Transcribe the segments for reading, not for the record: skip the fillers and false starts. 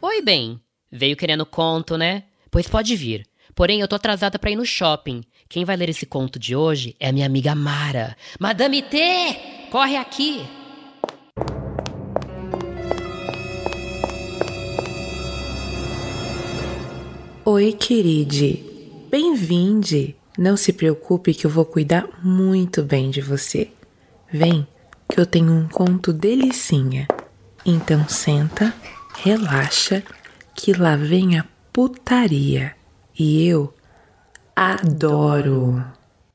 Oi, bem. Veio querendo conto, né? Pois pode vir. Porém, eu tô atrasada pra ir no shopping. Quem vai ler esse conto de hoje é a minha amiga Mara. Madame T! Corre aqui! Oi, queride. Bem-vinde. Não se preocupe que eu vou cuidar muito bem de você. Vem, que eu tenho um conto delicinha. Então senta, relaxa, que lá vem a putaria. E eu adoro.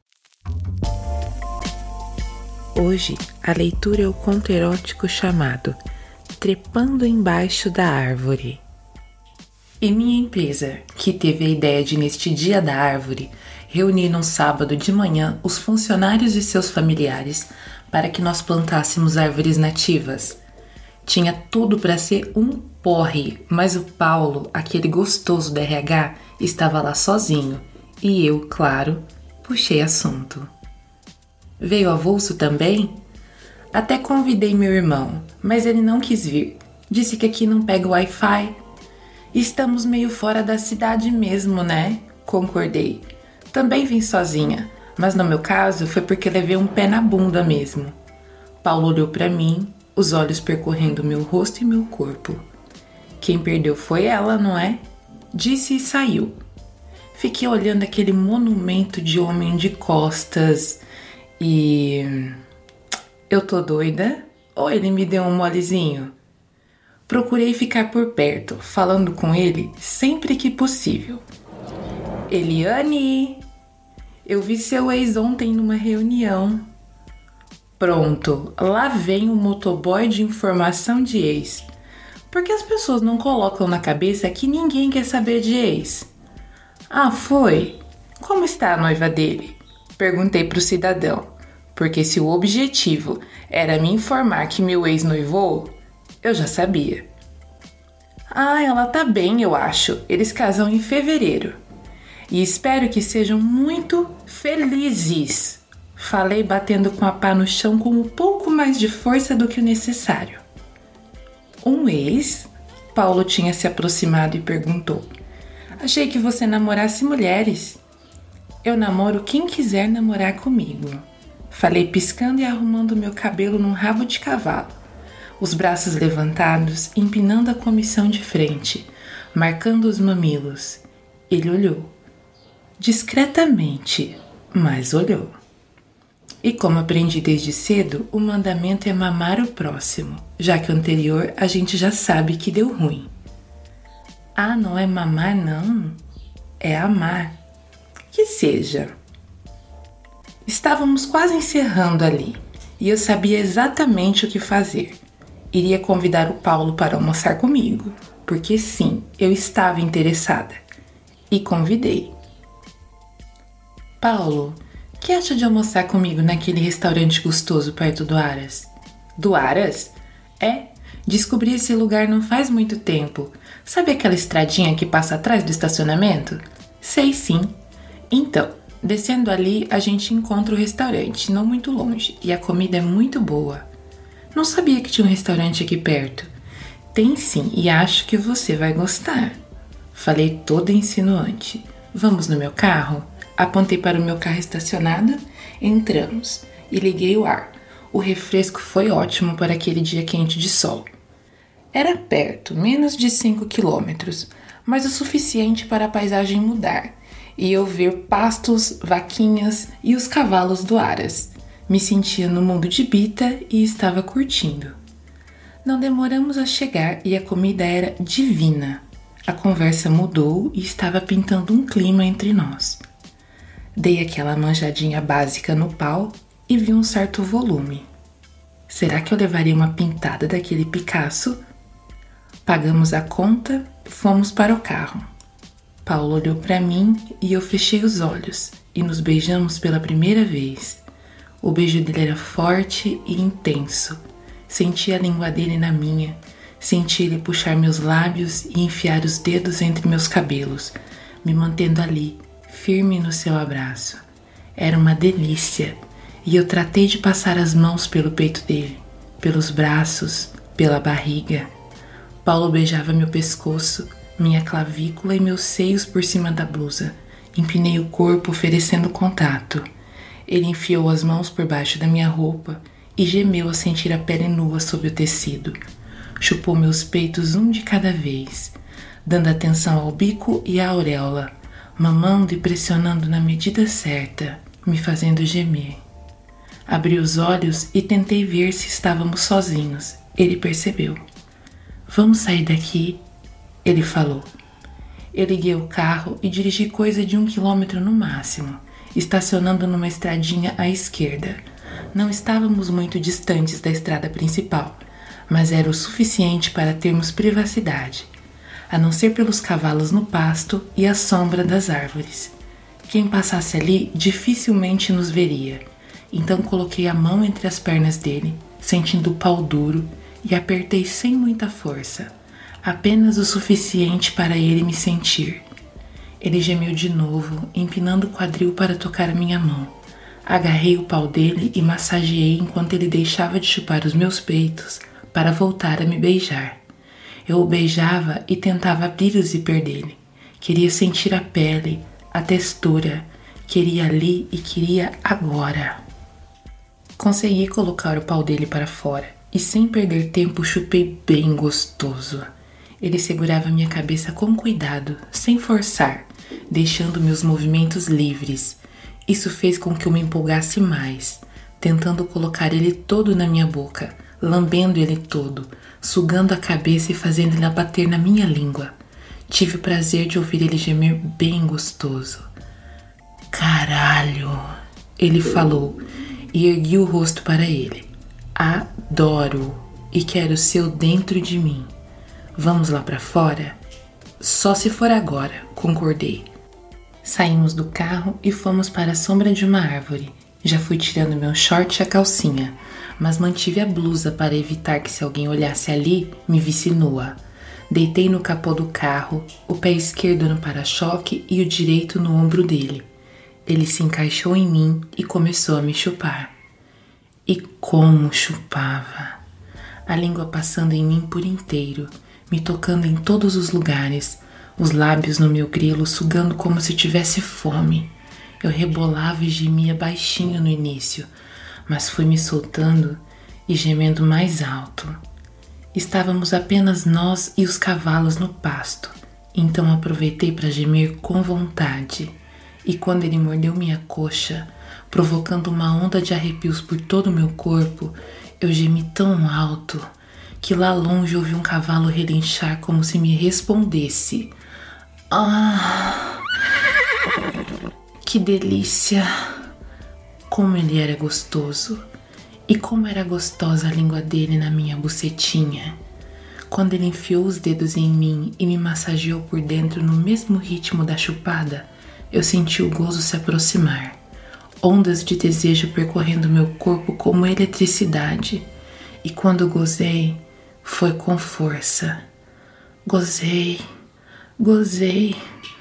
Hoje a leitura é o conto erótico chamado Trepando Embaixo da Árvore. E minha empresa, que teve a ideia de, neste dia da árvore, reunir num sábado de manhã os funcionários e seus familiares para que nós plantássemos árvores nativas. Tinha tudo para ser um porre, mas o Paulo, aquele gostoso do RH, estava lá sozinho e eu, claro, puxei assunto. Veio avulso também? Até convidei meu irmão, mas ele não quis vir. Disse que aqui não pega Wi-Fi. Estamos meio fora da cidade mesmo, né? Concordei. Também vim sozinha, mas no meu caso foi porque levei um pé na bunda mesmo. Paulo olhou para mim, os olhos percorrendo meu rosto e meu corpo. Quem perdeu foi ela, não é? Disse e saiu. Fiquei olhando aquele monumento de homem de costas e... Eu tô doida? Ou ele me deu um molezinho? Procurei ficar por perto, falando com ele sempre que possível. Eliane, eu vi seu ex ontem numa reunião. Pronto, lá vem o motoboy de informação de ex. Porque as pessoas não colocam na cabeça que ninguém quer saber de ex. Ah, foi? Como está a noiva dele? Perguntei pro cidadão, porque se o objetivo era me informar que meu ex noivou, eu já sabia. Ah, ela tá bem, eu acho. Eles casam em fevereiro. E espero que sejam muito felizes. Falei batendo com a pá no chão com um pouco mais de força do que o necessário. Um ex? Paulo tinha se aproximado e perguntou. Achei que você namorasse mulheres. Eu namoro quem quiser namorar comigo. Falei piscando e arrumando meu cabelo num rabo de cavalo. Os braços levantados, empinando a comissão de frente, marcando os mamilos. Ele olhou. Discretamente, mas olhou. E como aprendi desde cedo, o mandamento é mamar o próximo, já que o anterior a gente já sabe que deu ruim. Ah, não é mamar não, é amar. Que seja. Estávamos quase encerrando ali, e eu sabia exatamente o que fazer. Iria convidar o Paulo para almoçar comigo, porque sim, eu estava interessada. E convidei. Paulo, que acha de almoçar comigo naquele restaurante gostoso perto do Aras? Do Aras? É, descobri esse lugar não faz muito tempo. Sabe aquela estradinha que passa atrás do estacionamento? Sei sim. Então, descendo ali a gente encontra o restaurante, não muito longe, e a comida é muito boa. Não sabia que tinha um restaurante aqui perto. Tem sim, e acho que você vai gostar. Falei toda insinuante. Vamos no meu carro? Apontei para o meu carro estacionado, entramos e liguei o ar. O refresco foi ótimo para aquele dia quente de sol. Era perto, menos de 5 quilômetros, mas o suficiente para a paisagem mudar e eu ver pastos, vaquinhas e os cavalos do Aras. Me sentia no mundo de Bita e estava curtindo. Não demoramos a chegar e a comida era divina. A conversa mudou e estava pintando um clima entre nós. Dei aquela manjadinha básica no pau e vi um certo volume. Será que eu levaria uma pintada daquele Picasso? Pagamos a conta, fomos para o carro. Paulo olhou para mim e eu fechei os olhos e nos beijamos pela primeira vez. O beijo dele era forte e intenso. Senti a língua dele na minha. Senti ele puxar meus lábios e enfiar os dedos entre meus cabelos, me mantendo ali, firme no seu abraço. Era uma delícia e eu tratei de passar as mãos pelo peito dele, pelos braços, pela barriga. Paulo beijava meu pescoço, minha clavícula e meus seios por cima da blusa. Empinei o corpo, oferecendo contato. Ele enfiou as mãos por baixo da minha roupa e gemeu ao sentir a pele nua sob o tecido. Chupou meus peitos um de cada vez, dando atenção ao bico e à auréola, mamando e pressionando na medida certa, me fazendo gemer. Abri os olhos e tentei ver se estávamos sozinhos. Ele percebeu. Vamos sair daqui, ele falou. Eu liguei o carro e dirigi coisa de 1 quilômetro no máximo, estacionando numa estradinha à esquerda. Não estávamos muito distantes da estrada principal, mas era o suficiente para termos privacidade, a não ser pelos cavalos no pasto e a sombra das árvores. Quem passasse ali dificilmente nos veria, então coloquei a mão entre as pernas dele, sentindo o pau duro, e apertei sem muita força, apenas o suficiente para ele me sentir. Ele gemeu de novo, empinando o quadril para tocar a minha mão. Agarrei o pau dele e massageei enquanto ele deixava de chupar os meus peitos para voltar a me beijar. Eu o beijava e tentava abrir o zíper dele. Queria sentir a pele, a textura. Queria ali e queria agora. Consegui colocar o pau dele para fora e, sem perder tempo, chupei bem gostoso. Ele segurava minha cabeça com cuidado, sem forçar, deixando meus movimentos livres. Isso fez com que eu me empolgasse mais, tentando colocar ele todo na minha boca, lambendo ele todo, sugando a cabeça e fazendo ele bater na minha língua. Tive o prazer de ouvir ele gemer bem gostoso. Caralho, ele falou e ergui o rosto para ele. Adoro e quero o seu dentro de mim. Vamos lá pra fora? Só se for agora, concordei. Saímos do carro e fomos para a sombra de uma árvore. Já fui tirando meu short e a calcinha, mas mantive a blusa para evitar que, se alguém olhasse ali, me visse nua. Deitei no capô do carro, o pé esquerdo no para-choque e o direito no ombro dele. Ele se encaixou em mim e começou a me chupar. E como chupava! A língua passando em mim por inteiro, me tocando em todos os lugares, os lábios no meu grelo sugando como se tivesse fome. Eu rebolava e gemia baixinho no início, mas fui me soltando e gemendo mais alto. Estávamos apenas nós e os cavalos no pasto, então aproveitei para gemer com vontade. E quando ele mordeu minha coxa, provocando uma onda de arrepios por todo o meu corpo, eu gemi tão alto que lá longe ouvi um cavalo relinchar como se me respondesse. Ah, que delícia! Como ele era gostoso! E como era gostosa a língua dele na minha bucetinha. Quando ele enfiou os dedos em mim e me massageou por dentro no mesmo ritmo da chupada, eu senti o gozo se aproximar. Ondas de desejo percorrendo meu corpo como eletricidade. E quando gozei, foi com força. Gozei, gozei.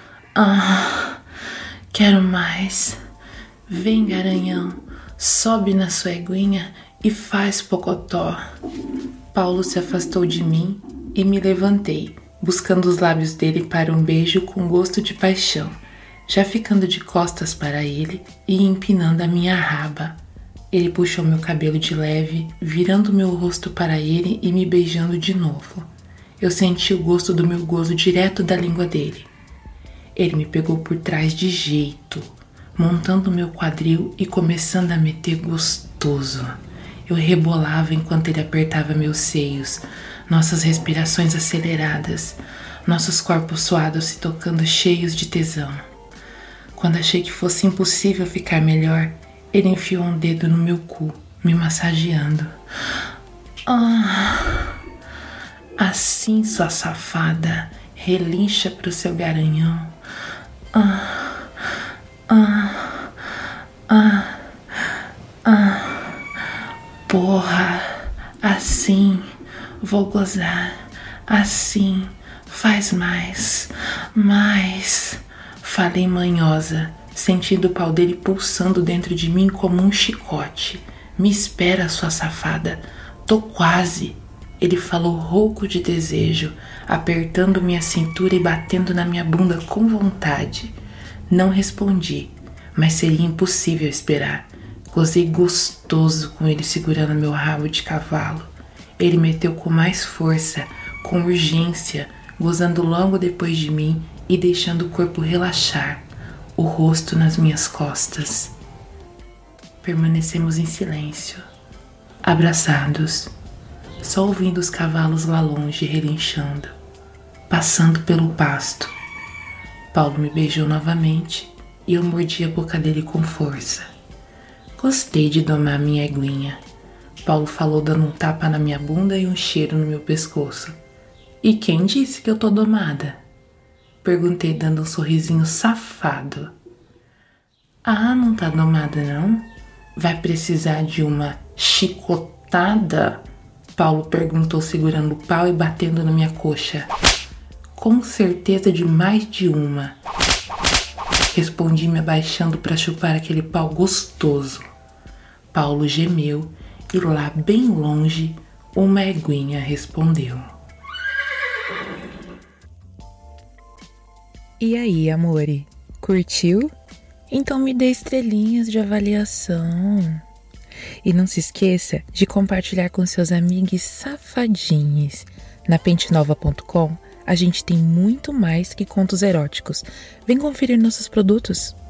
Ah, quero mais. Vem, garanhão, sobe na sua eguinha e faz pocotó. Paulo se afastou de mim e me levantei, buscando os lábios dele para um beijo com gosto de paixão, já ficando de costas para ele e empinando a minha raba. Ele puxou meu cabelo de leve, virando meu rosto para ele e me beijando de novo. Eu senti o gosto do meu gozo direto da língua dele. Ele me pegou por trás de jeito, montando meu quadril e começando a meter gostoso. Eu rebolava enquanto ele apertava meus seios, nossas respirações aceleradas, nossos corpos suados se tocando cheios de tesão. Quando achei que fosse impossível ficar melhor, ele enfiou um dedo no meu cu, me massageando. Ah, assim, sua safada, relincha pro seu garanhão. Ah, ah, ah, ah. Porra, assim, vou gozar, assim, faz mais, mais. Falei manhosa, sentindo o pau dele pulsando dentro de mim como um chicote. Me espera, sua safada, tô quase. Ele falou rouco de desejo, apertando minha cintura e batendo na minha bunda com vontade. Não respondi, mas seria impossível esperar. Gozei gostoso com ele segurando meu rabo de cavalo. Ele meteu com mais força, com urgência, gozando logo depois de mim e deixando o corpo relaxar, o rosto nas minhas costas. Permanecemos em silêncio, abraçados, só ouvindo os cavalos lá longe relinchando, passando pelo pasto. Paulo me beijou novamente e eu mordi a boca dele com força. Gostei de domar minha eguinha. Paulo falou dando um tapa na minha bunda e um cheiro no meu pescoço. E quem disse que eu tô domada? Perguntei dando um sorrisinho safado. Ah, não tá domada não? Vai precisar de uma chicotada? Paulo perguntou segurando o pau e batendo na minha coxa. Com certeza de mais de uma. Respondi me abaixando para chupar aquele pau gostoso. Paulo gemeu e lá bem longe uma eguinha respondeu. E aí, amore? Curtiu? Então me dê estrelinhas de avaliação. E não se esqueça de compartilhar com seus amigos safadinhos. Na pentenova.com a gente tem muito mais que contos eróticos. Vem conferir nossos produtos.